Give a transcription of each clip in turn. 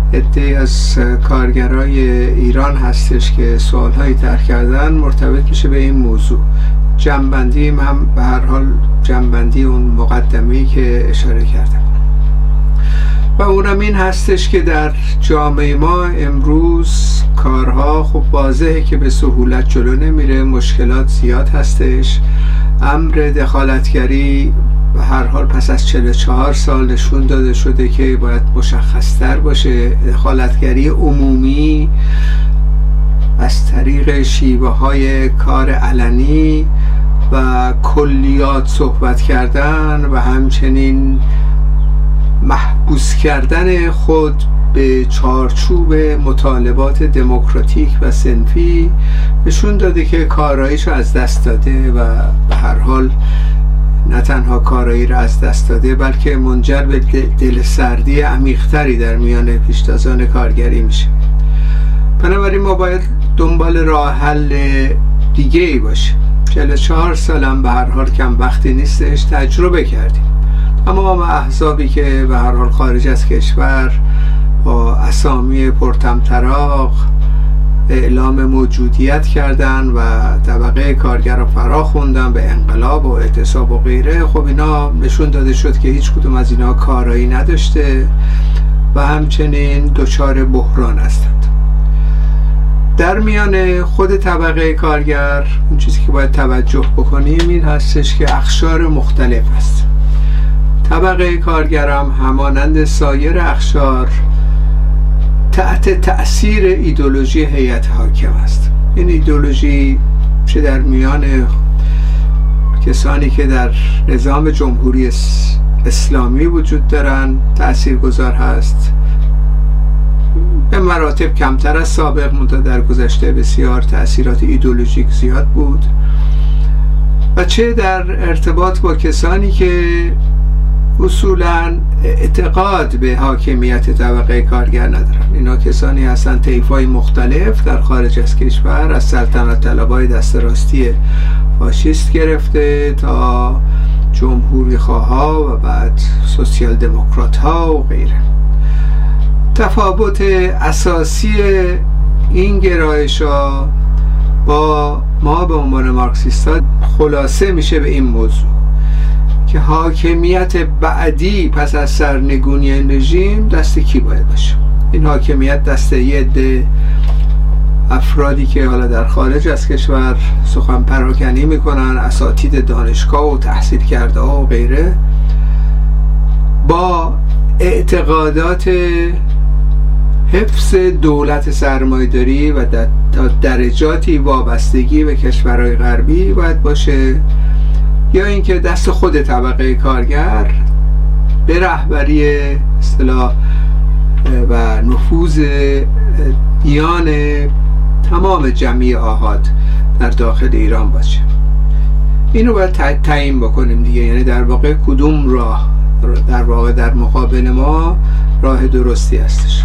عده‌ای از کارگرای ایران هستش که سوالهایی طرح کردن مرتبط میشه به این موضوع. جمع‌بندی هم به هر حال جمع‌بندی اون مقدمه‌ای که اشاره کردم و اونم این هستش که در جامعه ما امروز کارها خب واضحه که به سهولت جلو نمیره، مشکلات زیاد هستش. امر دخالتگری به هر حال پس از 44 سال نشون داده شده که باید مشخص‌تر باشه. دخالتگری عمومی از طریق شیوه‌های کار علنی و کلیات صحبت کردن و همچنین محبوس کردن خود به چارچوب مطالبات دموکراتیک و صنفی نشون داده که کاراییشو از دست داده و به هر حال نه تنها کارایی را از دست داده بلکه منجر به دلسردی عمیق‌تری در میان پیشتازان کارگری میشه. بنابراین ما باید دنبال راه حل دیگه ای باشیم. 44 سالم به هر حال کم وقتی نیستش، تجربه کردیم. تمام احزابی که به هر حال خارج از کشور با اسامی پرطمطراق اعلام موجودیت کردن و طبقه کارگر رو فرا خوندن به انقلاب و اعتصاب و غیره، خب اینا نشون داده شد که هیچ کدوم از اینا کارایی نداشته و همچنین دچار بحران هستند. در میان خود طبقه کارگر اون چیزی که باید توجه بکنیم این هستش که اقشار مختلف هست. طبقه کارگر هم همانند سایر اقشار تحت تأثیر ایدئولوژی هیئت حاکم است. این ایدئولوژی چه در میان کسانی که در نظام جمهوری اسلامی وجود دارن تأثیرگذار هست، به مراتب کمتر از سابق، منتها در گذشته بسیار تأثیرات ایدئولوژیک زیاد بود، و چه در ارتباط با کسانی که اصولاً اعتقاد به حاکمیت طبقه کارگر ندارن. اینا کسانی هستن طیف‌های مختلف در خارج از کشور، از سلطنت طلبای دست راستی فاشیست گرفته تا جمهوری خواها و بعد سوسیال دموکرات ها و غیره. تفاوت اساسی این گرایش ها با ما به عنوان مارکسیست ها خلاصه میشه به این موضوع که حاکمیت بعدی پس از سرنگونی رژیم دست کی باید باشه. این حاکمیت دست یه عده افرادی که حالا در خارج از کشور سخن پراکنی میکنن، اساتید دانشگاه و تحصیل کرده ها و غیره، با اعتقادات حفظ دولت سرمایه‌داری و تا درجاتی وابستگی به کشورهای غربی باید باشه، یا اینکه دست خود طبقه کارگر به رهبری اصطلاح و نفوذ دیان تمام جمعی آحاد در داخل ایران باشه. اینو باید تعیین بکنیم دیگه. یعنی در واقع کدوم راه در واقع در مقابل ما راه درستی هستش.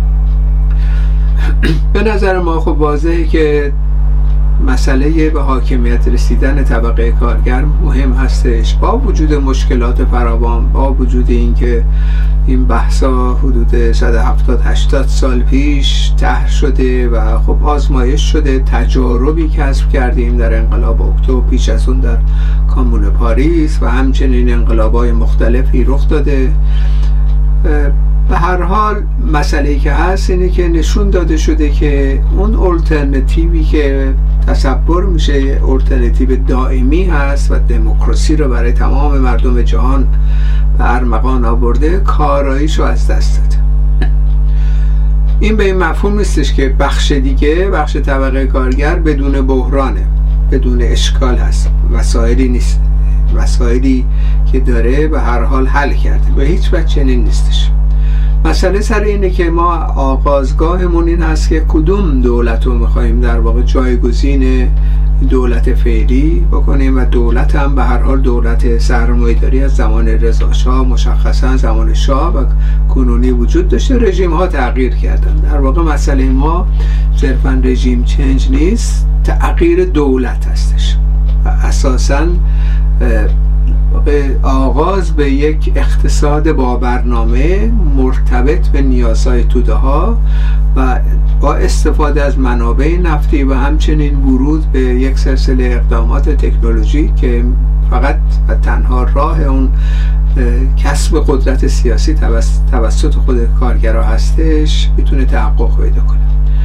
به نظر ما خب واضحه که مسئله به حاکمیت رسیدن طبقه کارگر مهم هستش، با وجود مشکلات فراوان، با وجود اینکه این بحثا حدود 170-80 سال پیش طرح شده و خب آزمایش شده، تجاربی کسب کردیم در انقلاب اکتبر، پیش از اون در کامون پاریس و همچنین انقلاب‌های مختلفی رخ داده. به هر حال مسئله‌ای که هست اینه که نشون داده شده که اون الटरनेटिवی که تصور میشه الटरनेटिव دائمی هست و دموکراسی رو برای تمام مردم جهان به ارمغان آورده، کاراییشو از دست داده. این به این مفهوم نیستش که بخش دیگه، بخش طبقه کارگر بدون بحرانه، بدون اشکال هست، مسائلی نیست، مسائلی که داره به هر حال حل کرده، به هیچ وجه چنین نیستش. مسئله سر اینه که ما آغازگاهمون این هست که کدوم دولت رو میخواییم در واقع جایگزین دولت فعلی بکنیم، و دولت هم به هر حال دولت سرمایه‌داری از زمان رضا شاه، مشخصا زمان شاه و کنونی وجود داشته. رژیم ها تغییر کردن. در واقع مسئله ما صرفا رژیم چنج نیست، تغییر دولت هستش و اساساً واقع آغاز به یک اقتصاد با برنامه مرتبط به نیازهای توده ها و با استفاده از منابع نفتی و همچنین ورود به یک سلسله اقدامات تکنولوژی که فقط و تنها راه اون کسب قدرت سیاسی توسط خود کارگرها هستش میتونه تحقق پیدا کنه.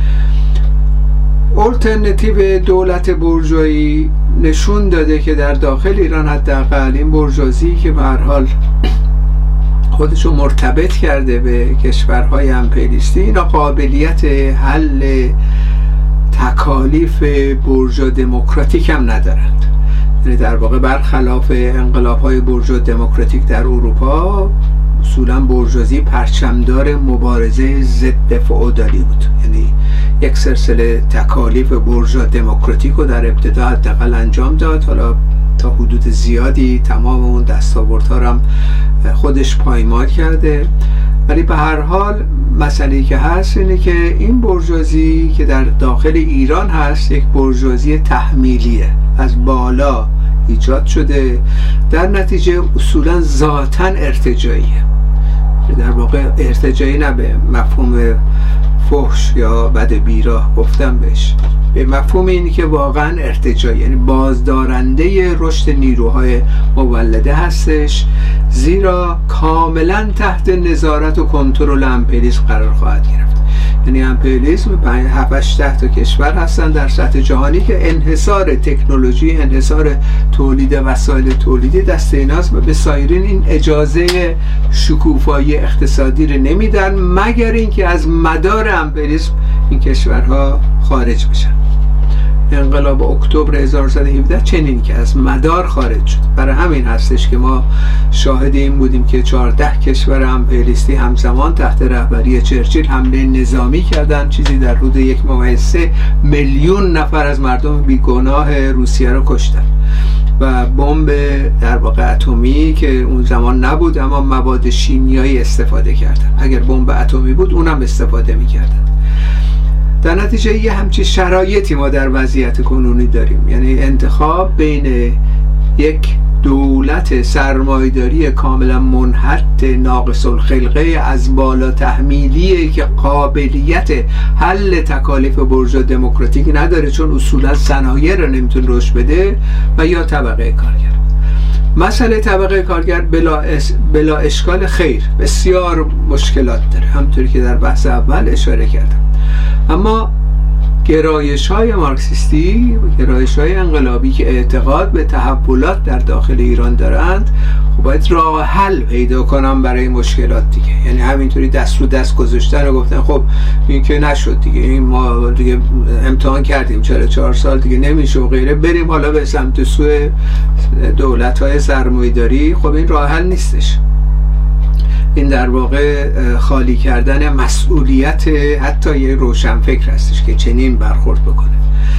الटरनेटिव دولت بورژوایی نشون داده که در داخل ایران حداقل این بورژوازی که به هر حال خودشو مرتبط کرده به کشورهای امپریالیستی، اینا قابلیت حل تکالیف بورژوا دموکراتیک هم ندارند. یعنی در واقع برخلاف انقلاب‌های بورژوا دموکراتیک در اروپا، اصولا بورژوازی پرچمدار مبارزه ضد فئودالی بود. یعنی یک سلسله تکالیف بورژوا دموکراتیک رو در ابتدا حداقل انجام داد، حالا تا حدود زیادی تمام اون دستاوردها رو هم خودش پایمال کرده، ولی به هر حال مسئله‌ای که هست اینه که این بورژوازی که در داخل ایران هست یک بورژوازی تحمیلیه، از بالا ایجاد شده، در نتیجه اصولا ذاتاً ارتجاعیه. در واقع ارتجاعی نه به مفهوم فحش یا بد بیراه گفتم بهش، به مفهوم اینی که واقعا ارتجاعی، یعنی بازدارنده رشد نیروهای مولده هستش، زیرا کاملا تحت نظارت و کنترل امپریالیسم قرار خواهد گرفت. یعنی امپریالیسم 7-8 تا کشور هستن در سطح جهانی که انحصار تکنولوژی، انحصار تولید وسایل تولیدی دست ایناست و به سایرین این اجازه شکوفایی اقتصادی رو نمیدن مگر اینکه از مدار امپریالیسم این کشورها خارج بشن. انقلاب اکتبر 1917 چنین که از مدار خارج شد. برای همین هستش که ما شاهد این بودیم که 14 کشور امپریالیستی همزمان تحت رهبری چرچیل حمله نظامی کردن، چیزی در حدود 1.3 میلیون نفر از مردم بیگناه روسیه رو کشتن و بمب در واقع اتمی که اون زمان نبود اما مواد شیمیایی استفاده کردن. اگر بمب اتمی بود اونم استفاده می‌کردن. در نتیجه یه همچین شرایطی ما در وضعیت کنونی داریم، یعنی انتخاب بین یک دولت سرمایه‌داری کاملا منحط ناقص الخلقه از بالا تحمیلیه که قابلیت حل تکالیف بورژوا دموکراتیک نداره چون اصولا صنایع رو نمیتونه رشد بده، و یا طبقه کارگر. مسئله طبقه کارگر بلا اشکال خیر بسیار مشکلات داره، همونطوری که در بحث اول اشاره کردم. اما گرایش‌های مارکسیستی و گرایش‌های انقلابی که اعتقاد به تحولات در داخل ایران دارند، خب باید راه حل پیدا کنم برای مشکلات دیگه. یعنی همینطوری دست رو دست گذاشتن و گفتن خب این که نشد دیگه، این ما دیگه امتحان کردیم 44 سال دیگه نمیشه و غیره، بریم حالا به سمت سوی دولت‌های سرمایه‌داری. خب این راه حل نیستش. این در واقع خالی کردن مسئولیت حتی یه روشنفکر هستش که چنین برخورد بکنه.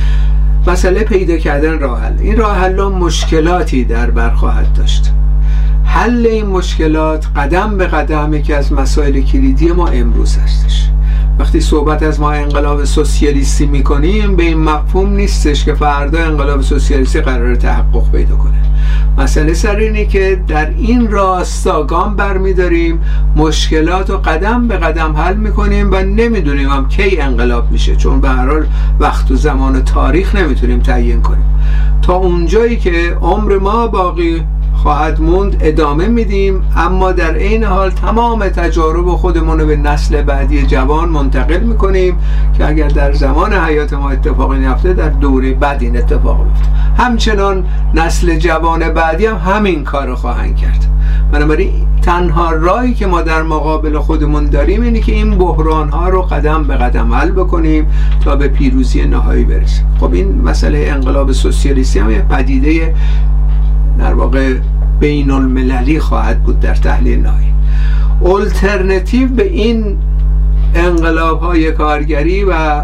مسئله پیدا کردن راه حل. این راه حل مشکلاتی در بر خواهد داشت. حل این مشکلات قدم به قدم یکی از مسائل کلیدی ما امروز هستش. وقتی صحبت از ما انقلاب سوسیالیستی میکنیم به این مفهوم نیستش که فردا انقلاب سوسیالیستی قراره تحقق پیدا کنه. مسئله سر اینه که در این راستا گام برمیداریم، مشکلات رو قدم به قدم حل میکنیم و نمیدونیم هم کی انقلاب میشه، چون به هر حال وقت و زمان و تاریخ نمیتونیم تعیین کنیم. تا اونجایی که عمر ما باقی خواهد موند ادامه میدیم، اما در این حال تمام تجارب خودمون رو به نسل بعدی جوان منتقل میکنیم که اگر در زمان حیات ما اتفاقی نیفته در دوره بعد این اتفاق میفته. همچنان نسل جوان بعدی هم همین کار رو خواهند کرد. بنابراین تنها راهی که ما در مقابل خودمون داریم اینه که این بحران ها رو قدم به قدم حل بکنیم تا به پیروزی نهایی برسیم. خب این مسئله انقلاب سوسیالیستی هم یه پدیده در واقع بین المللی خواهد بود در تحلیل نهایی. الटरनेटिव به این انقلاب های کارگری و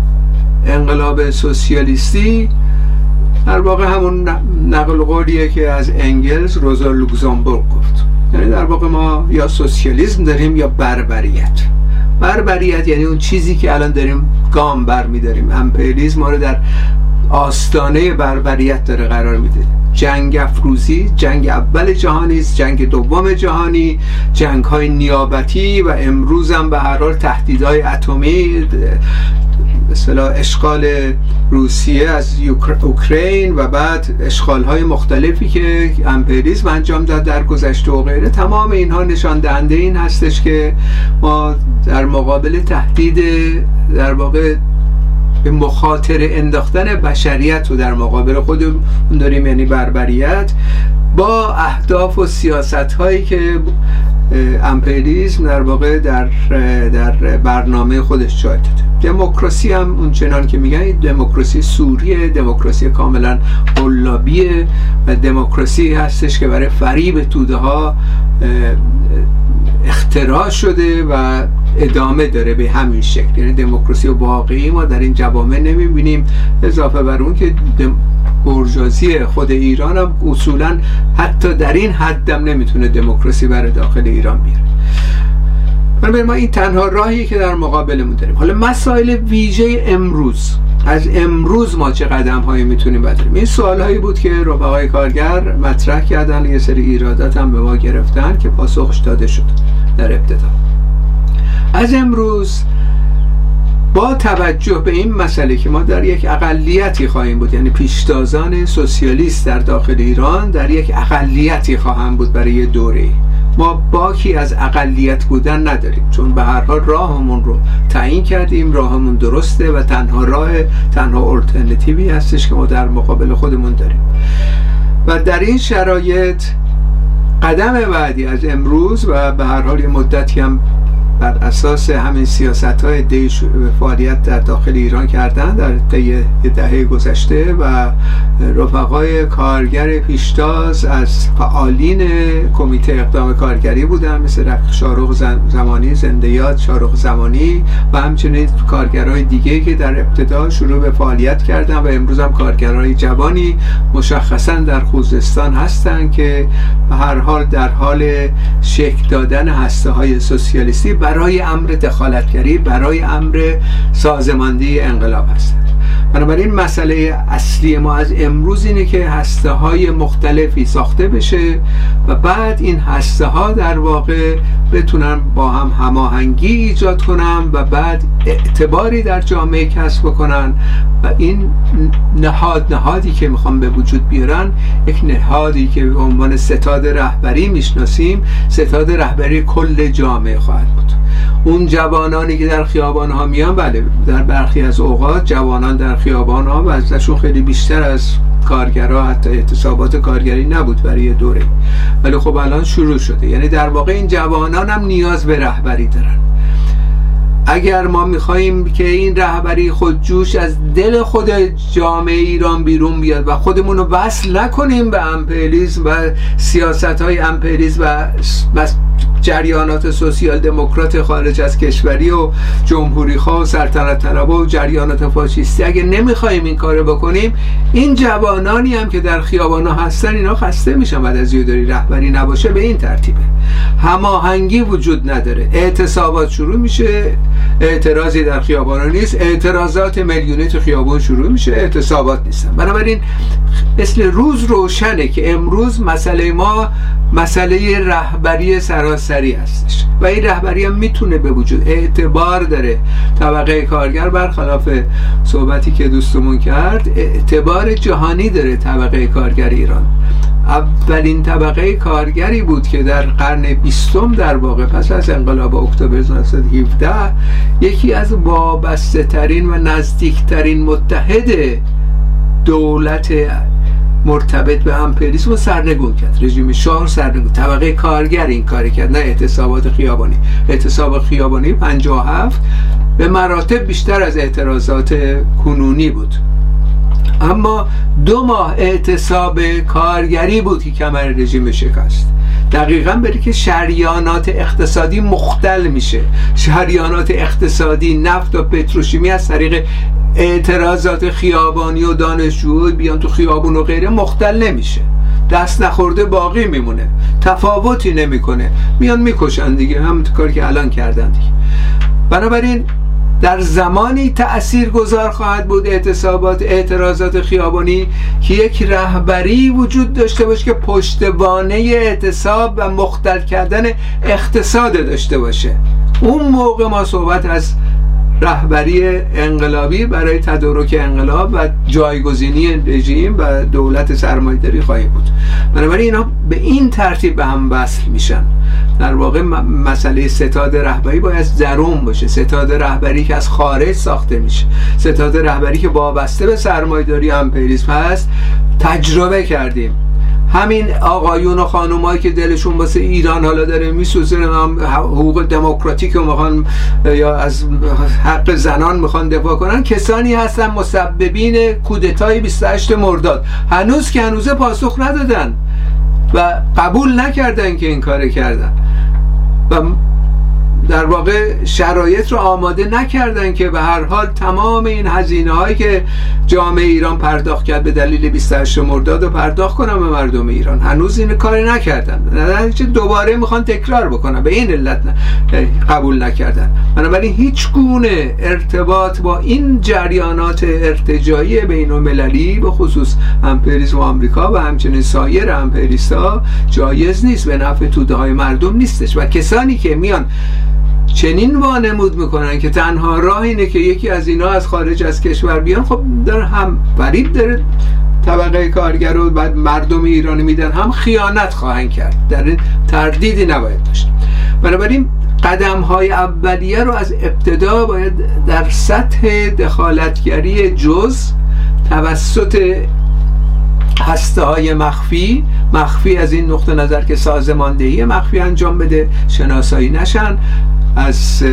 انقلاب سوسیالیستی در واقع همون نقل قولیه که از انگلز روزا لوکزامبورگ گفت. یعنی در واقع ما یا سوسیالیسم داریم یا بربریت. بربریت یعنی اون چیزی که الان داریم گام برمی‌داریم. امپریالیسم ما رو در آستانه بربریت داره قرار میده. جنگ افروزی، جنگ اول جهانی است، جنگ دوم جهانی، جنگ های نیابتی و امروز هم به هر حال تهدیدهای اتمی، مثلا اشغال روسیه از اوکراین و بعد اشغال های مختلفی که امپریالیسم انجام داد در گذشته و غیره. تمام اینها نشان دهنده این هستش که ما در مقابل تهدید در واقع به مخاطره انداختن بشریت رو در مقابل خودمون داریم، یعنی بربریت، با اهداف و سیاست هایی که امپریالیسم در واقع در برنامه خودش جای داده. دموکراسی هم اون چنان که میگن دموکراسی سوریه، دموکراسی کاملا قلابیه و دموکراسی هستش که برای فریب توده ها اختراع شده و ادامه داره به همین شکل. یعنی دموکراسی واقعی ما در این جوامع نمیبینیم، اضافه بر اون که بورژوازی خود ایران هم اصولا حتی در این حدم نمیتونه دموکراسی برای داخل ایران بیاره. بنابراین ما این تنها راهی که در مقابلمون داریم. حالا مسائل ویژه امروز، از امروز ما چه قدم هایی میتونیم برداریم؟ این سوال هایی بود که رفقای کارگر مطرح کردن، یه سری ایرادات هم به ما گرفتن که پاسخش داده شد در ابتدا. از امروز با توجه به این مسئله که ما در یک اقلیتی خواهیم بود، یعنی پیشتازان سوسیالیست در داخل ایران در یک اقلیتی خواهم بود برای یه دوره، ما باکی از اقلیت بودن نداریم، چون به هر حال راهمون رو تعیین کردیم، راهمون درسته و تنها الٹرناتیوی هستش که ما در مقابل خودمون داریم. و در این شرایط قدم بعدی از امروز و به هر حال یه مدتی هم بر اساس همین سیاست‌های فعالیت در داخل ایران کردن در طی دهه گذشته و رفقای کارگر پیشتاز از فعالین کمیته اقدام کارگری بودن، مثل شارق زمانی، زنده یاد شارق زمانی و همچنین کارگرای دیگه که در ابتدا شروع به فعالیت کردن و امروز هم کارگرای جوانی مشخصا در خوزستان هستن که به هر حال در حال شکل دادن هسته‌های سوسیالیستی برای امر دخالتگری، برای امر سازماندهی انقلاب هستند. بنابراین مسئله اصلی ما از امروز اینه که هسته‌های مختلفی ساخته بشه و بعد این هسته‌ها در واقع بتونن با هم هماهنگی ایجاد کنن و بعد اعتباری در جامعه کسب بکنن و این نهادی که میخوام به وجود بیارن یک نهادی که به عنوان ستاد رهبری میشناسیم، ستاد رهبری کل جامعه خواهد بود. اون جوانانی که در خیابان ها میان، بله در برخی از اوقات جوانان در خیابان ها وضعشون خیلی بیشتر از کارگرها، حتی اعتصابات کارگری نبود برای دوره، ولی خب الان شروع شده. یعنی در واقع این جوانان هم نیاز به رهبری دارن. اگر ما میخواییم که این رهبری خودجوش از دل خود جامعه ایران بیرون بیاد و خودمون رو وصل نکنیم به امپریالیسم و سیاست‌های امپریالیسم و جریانات سوسیال دموکرات خارج از کشوری و جمهوری خواه و سلطنت طلبها و جریانات فاشیستی، اگه نمیخوایم این کارو بکنیم، این جوانانی هم که در خیابانا هستن اینا خسته میشن بعد از یه دوری رهبری نباشه. به این ترتیبه، هماهنگی وجود نداره، اعتصابات شروع میشه، اعتراضی در خیابانا نیست، اعتراضات میلیونی تو خیابان شروع میشه، اعتصابات نیستن. بنابراین مثل روز روشنه که امروز مسئله ما مسئله رهبری سراسری هستش و این رهبری هم میتونه به وجود اعتبار داره. طبقه کارگر برخلاف صحبتی که دوستمون کرد اعتبار جهانی داره. طبقه کارگر ایران اولین طبقه کارگری بود که در قرن 20 در واقع پس از انقلاب اکتبر 1917 یکی از وابسته ترین و نزدیک ترین متحد دولت مرتبط به امپریالیسم رو سرنگون کرد. رژیم شاه سرنگون. طبقه کارگر این کاری کرد، نه اعتصابات خیابانی. اعتصاب خیابانی 57 به مراتب بیشتر از اعتراضات کنونی بود، اما 2 ماه اعتصاب کارگری بود که کمر رژیم شکست. دقیقاً برای که شریانات اقتصادی مختل میشه. شریانات اقتصادی، نفت و پتروشیمی از طریق اعتراضات خیابانی و دانشجو بیان تو خیابون و غیره مختل نمیشه، دست نخورده باقی میمونه، تفاوتی نمیکنه، میان میکشن دیگه، همون کاری که الان کردن دیگه. بنابراین در زمانی تأثیرگذار خواهد بود اعتراضات خیابانی که یک رهبری وجود داشته باشه که پشتوانه اعتصاب و مختل کردن اقتصاد داشته باشه. اون موقع ما صحبت از رهبری انقلابی برای تدارک انقلاب و جایگزینی رژیم و دولت سرمایه‌داری خواهی بود. بنابراین اینا به این ترتیب به هم وصل میشن. در واقع مسئله ستاد رهبری باید درون باشه، ستاد رهبری که از خارج ساخته میشه، ستاد رهبری که وابسته به سرمایه‌داری امپریالیسم هست. تجربه کردیم همین آقایون و خانومایی که دلشون واسه ایران حالا داره میسوزه، حقوق دموکراتیک رو میخوان یا از حق زنان میخوان دفاع کنن، کسانی هستن مسببین کودتای 28 مرداد هنوز که هنوزه پاسخ ندادن و قبول نکردن که این کار کردن و در واقع شرایط رو آماده نکردن که به هر حال تمام این هزینه هایی که جامعه ایران پرداخت کرد به دلیل 28 مرداد رو پرداخت کنن به مردم ایران. هنوز این کار نکردن، دوباره میخوان تکرار بکنن، به این علت قبول نکردن. بنابراین هیچ گونه ارتباط با این جریانات ارتجاعی بین المللی به خصوص امپریالیسم آمریکا و همچنین سایر امپریالیست‌ها جایز نیست، به نفع توده های مردم نیستش. و کسانی که میان چنین وانمود میکنن که تنها راه اینه که یکی از اینا از خارج از کشور بیان، خب داره هم فریب داره طبقه کارگر رو بعد مردم ایرانی میدن، هم خیانت خواهند کرد. در این تردیدی نباید داشت. بنابراین قدم های اولیه رو از ابتدا باید در سطح دخالتگری جزء توسط هسته های مخفی از این نقطه نظر که سازماندهی مخفی انجام بده، شناسایی نشن، از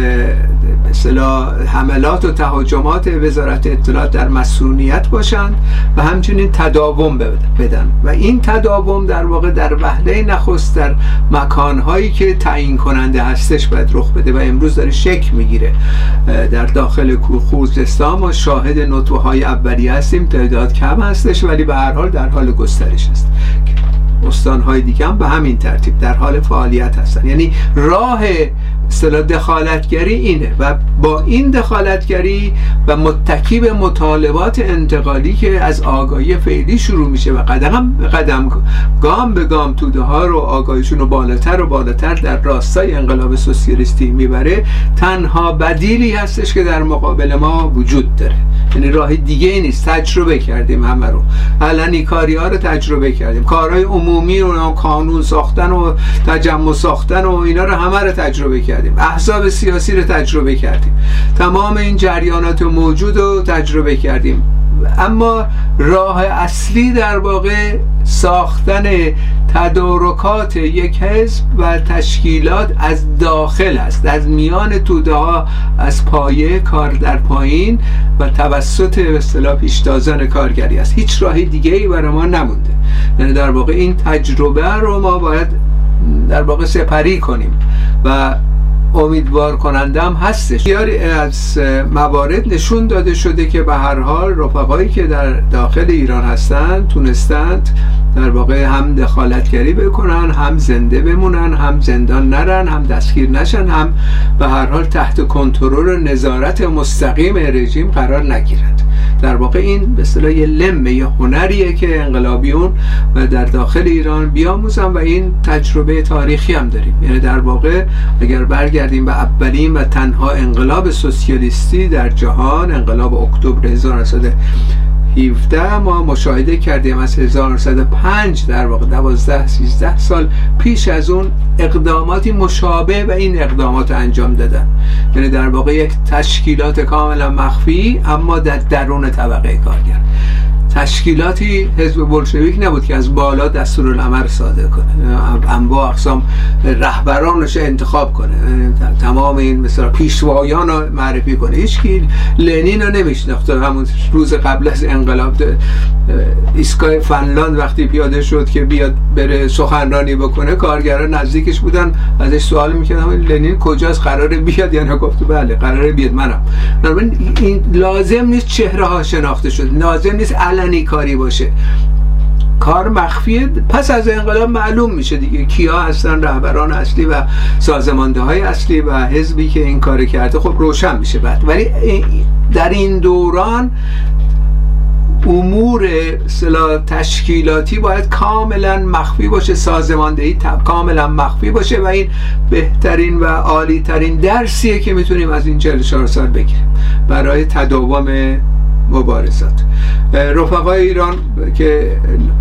مثلا حملات و تهاجمات وزارت اطلاعات در مسئولیت باشند و همچنین تداوم بدن و این تداوم در واقع در وهله نخست در مکانهایی که تعیین کننده هستش باید رخ بده و امروز داره شکل میگیره. در داخل خوزستان ما شاهد نطفه‌های اولیه هستیم، تعداد کم هستش ولی به هر حال در حال گسترش است. استان‌های دیگه هم به همین ترتیب در حال فعالیت هستن. یعنی راه اصطلاح دخالتگری اینه و با این دخالتگری و متکی به مطالبات انتقالی که از آگاهی فعلی شروع میشه و قدم به قدم، گام به گام توده ها رو آگاهیشون رو بالاتر و بالاتر در راستای انقلاب سوسیالیستی میبره، تنها بدیلی هستش که در مقابل ما وجود داره. یعنی راه دیگه ای نیست. تجربه کردیم همه رو، علنی کاری ها رو تجربه کردیم، کارهای عمومی رو، قانون ساختن و تجمع ساختن و اینا رو همه رو تجربه کردیم، احزاب سیاسی رو تجربه کردیم، تمام این جریانات موجود رو تجربه کردیم. اما راه اصلی در واقع ساختن تدارکات یک حزب و تشکیلات از داخل است، از میان توده ها، از پایه کار در پایین و توسط به اصطلاح پیشتازان کارگری است. هیچ راهی دیگه ای برای ما نمونده. یعنی در واقع این تجربه رو ما باید در واقع سپری کنیم و امیدوار کننده هم هستش. بسیاری از موارد نشون داده شده که به هر حال رفقایی که در داخل ایران هستند تونستند در واقع هم دخالتگری بکنن، هم زنده بمونن، هم زندان نرن، هم دستگیر نشن، هم به هر حال تحت کنترل نظارت مستقیم رژیم قرار نگیرند. در واقع این به اصطلاح یه لمه، یه هنریه که انقلابیون و در داخل ایران بیاموزن و این تجربه تاریخی هم داریم. یعنی در واقع اگر برگردیم به اولین و تنها انقلاب سوسیالیستی در جهان، انقلاب اکتبر 1917، ما مشاهده کردیم از 1905 در واقع 12-13 سال پیش از اون اقداماتی مشابه و این اقدامات انجام دادن. یعنی در واقع یک تشکیلات کاملا مخفی اما در درون طبقه کارگر، تشکیلاتی حزب بولشویک نبود که از بالا دستورالعمل صادر کنه، انواع اقسام رهبرانش انتخاب کنه، تمام این مثلا پیشوایان رو معرفی کنه. هیچکی لنین رو نمیشناخت. همون روز قبل از انقلاب ایستگاه فنلاند وقتی پیاده شد که بیاد بره سخنرانی بکنه، کارگران نزدیکش بودن ازش سوال میکردن لنین کجاست، قراره بیاد یا نه؟ گفت بله قراره بیاد، منم. این لازم نیست چهره ها شناخته شد، لازم نیست علنی کاری باشه. کار مخفیه، پس از انقلاب معلوم میشه دیگه کیا هستن رهبران اصلی و سازمانده های اصلی و حزبی که این کار کرده، خب روشن میشه بعد. ولی در این دوران امور تشکیلاتی باید کاملا مخفی باشه، سازماندهی کاملا مخفی باشه و این بهترین و عالی ترین درسیه که میتونیم از این 44 سال بگیریم برای تداوم مبارزات. رفقای ایران که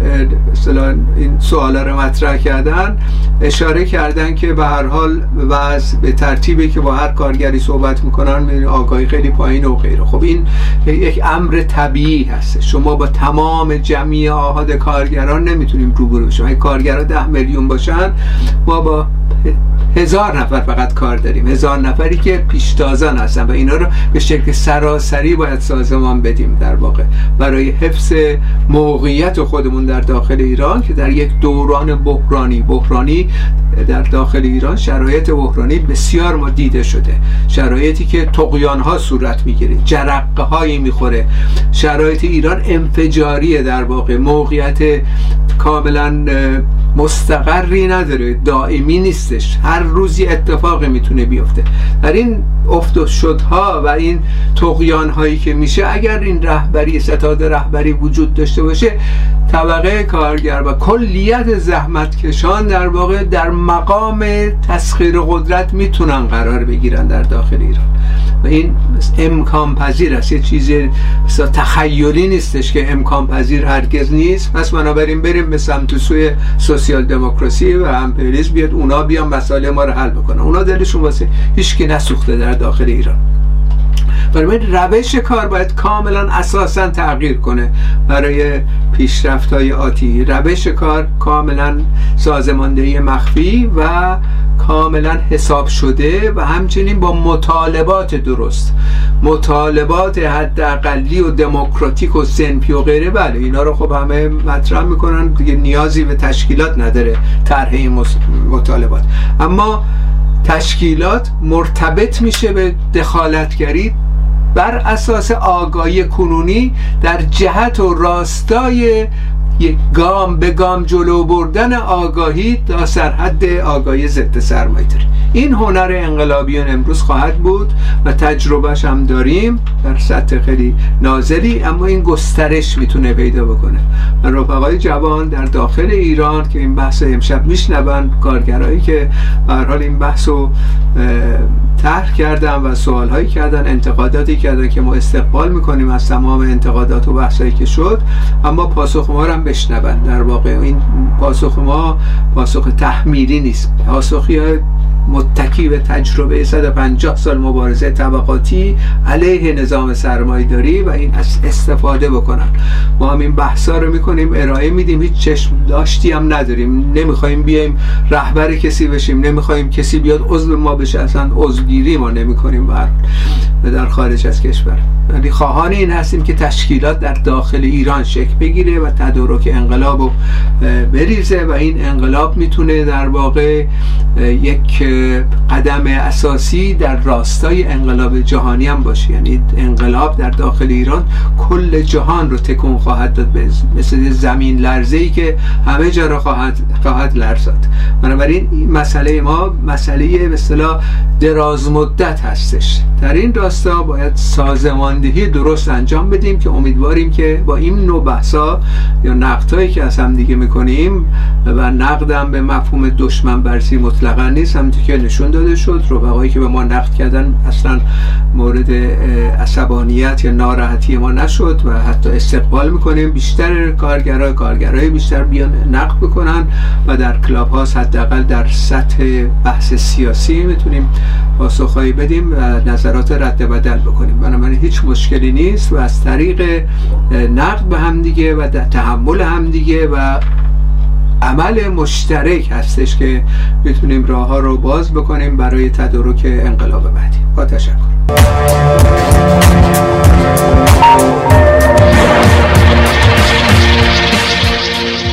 این سوالا رو مطرح کردن اشاره کردن که به هر حال وضع به ترتیبی که با هر کارگری صحبت میکنن آگاهی خیلی پایین و غیره. خب این یک امر طبیعی هست، شما با تمام جمعی آحاد کارگران نمیتونیم روبرو بشیم. اگه کارگران 10 میلیون باشن ما با 1000 نفر فقط کار داریم، 1000 نفری که پیشتازان هستن و اینا رو به شکل سراسری باید سازمان بدیم در واقع برای حفظ موقعیت خودمون در داخل ایران که در یک دوران بحرانی در داخل ایران، شرایط بحرانی بسیار ما دیده شده، شرایطی که طغیان‌ها صورت میگیره، جرقه هایی میخوره، شرایط ایران انفجاریه در واقع، موقعیت کاملا مستقری نداره، دائمی نیستش، هر روزی اتفاقی میتونه بیفته. در این افت و شدها و این طغیان هایی که میشه، اگر این رهبری ستاد رهبری وجود داشته باشه، طبقه کارگر و کلیت زحمتکشان در واقع در مقام تسخیر قدرت میتونن قرار بگیرن در داخل ایران و این امکان پذیر است، یه چیز تخیلی نیستش که امکان پذیر هرگز نیست. پس بنابراین بریم به سمت سوی سوسیال دموکراسی و امپریالیسم، بیاد اونا بیان مسائل ما رو حل بکنن. اونا دلشون واسه هیچکی نسوخته در داخل ایران. برای روش کار باید کاملا اساسا تغییر کنه برای پیشرفت‌های آتی. روش کار کاملا سازماندهی مخفی و کاملا حساب شده و همچنین با مطالبات درست، مطالبات حداقلی و دموکراتیک و صنفی و غیره. بله اینا رو خب همه مطرح میکنن دیگه، نیازی به تشکیلات نداره طرح این مطالبات، اما تشکیلات مرتبط میشه به دخالتگری بر اساس آگاهی کنونی در جهت و راستای یک گام به گام جلو بردن آگاهی تا سرحد آگاهی ضد سرمایه‌داری. این هنر انقلابیون امروز خواهد بود و تجربهش هم داریم در سطح خیلی نازلی، اما این گسترش میتونه پیدا بکنه. و رفقای جوان در داخل ایران که این بحث امشب میشنون، کارگرایی که به هر حال این بحثو طرح کردن و سوالهایی کردن، انتقاداتی کردن که ما استقبال میکنیم از تمام انتقادات و بحثایی که شد، اما پاسخ ما رو هم بشنون. در واقع این پاسخ ما پاسخ تحمیلی نیست، پاسخی متکی به تجربه 150 سال مبارزه طبقاتی علیه نظام سرمایه‌داری و این استفاده بکنن. ما هم این بحثا رو میکنیم، ارائه میدیم، هیچ چشم داشتی هم نداریم، نمیخوایم بیایم رهبر کسی بشیم، نمیخوایم کسی بیاد عضو ما بشه، اصلا عضوگیری ما نمیکنیم در خارج از کشور. ولی خواهان این هستیم که تشکیلات در داخل ایران شکل بگیره و تدارک انقلاب رو بریزه و این انقلاب میتونه در واقع یک قدم اساسی در راستای انقلاب جهانی هم باشه. یعنی انقلاب در داخل ایران کل جهان رو تکون خواهد داد، مثل زمین لرزه‌ای که همه جا رو خواهد لرزاند. بنابراین این مسئله ما مسئله به اصطلاح دراز مدت هستش. در این راستا باید سازماندهی درست انجام بدیم که امیدواریم که با این نوع بحثا یا نقدهایی که از هم دیگه میکنیم و نقدم به مفهوم دشمن برسی مطلقا نیست، همونطور که نشون داده شد رفقایی که به ما نقد کردن اصلا مورد عصبانیت یا ناراحتی ما نشد و حتی استقبال میکنیم بیشتر کارگرای بیشتر بیان نقد بکنن و در کلاب هاست حداقل در سطح بحث سیاسی میتونیم پاسخهایی بدیم و نظرات رد بدل بکنیم. بنابراین هیچ مشکلی نیست و از طریق نقد به همدیگه و تحمل همدیگه و عمل مشترک هستش که میتونیم راه ها رو باز بکنیم برای تدارک انقلاب بعدی. با تشکر.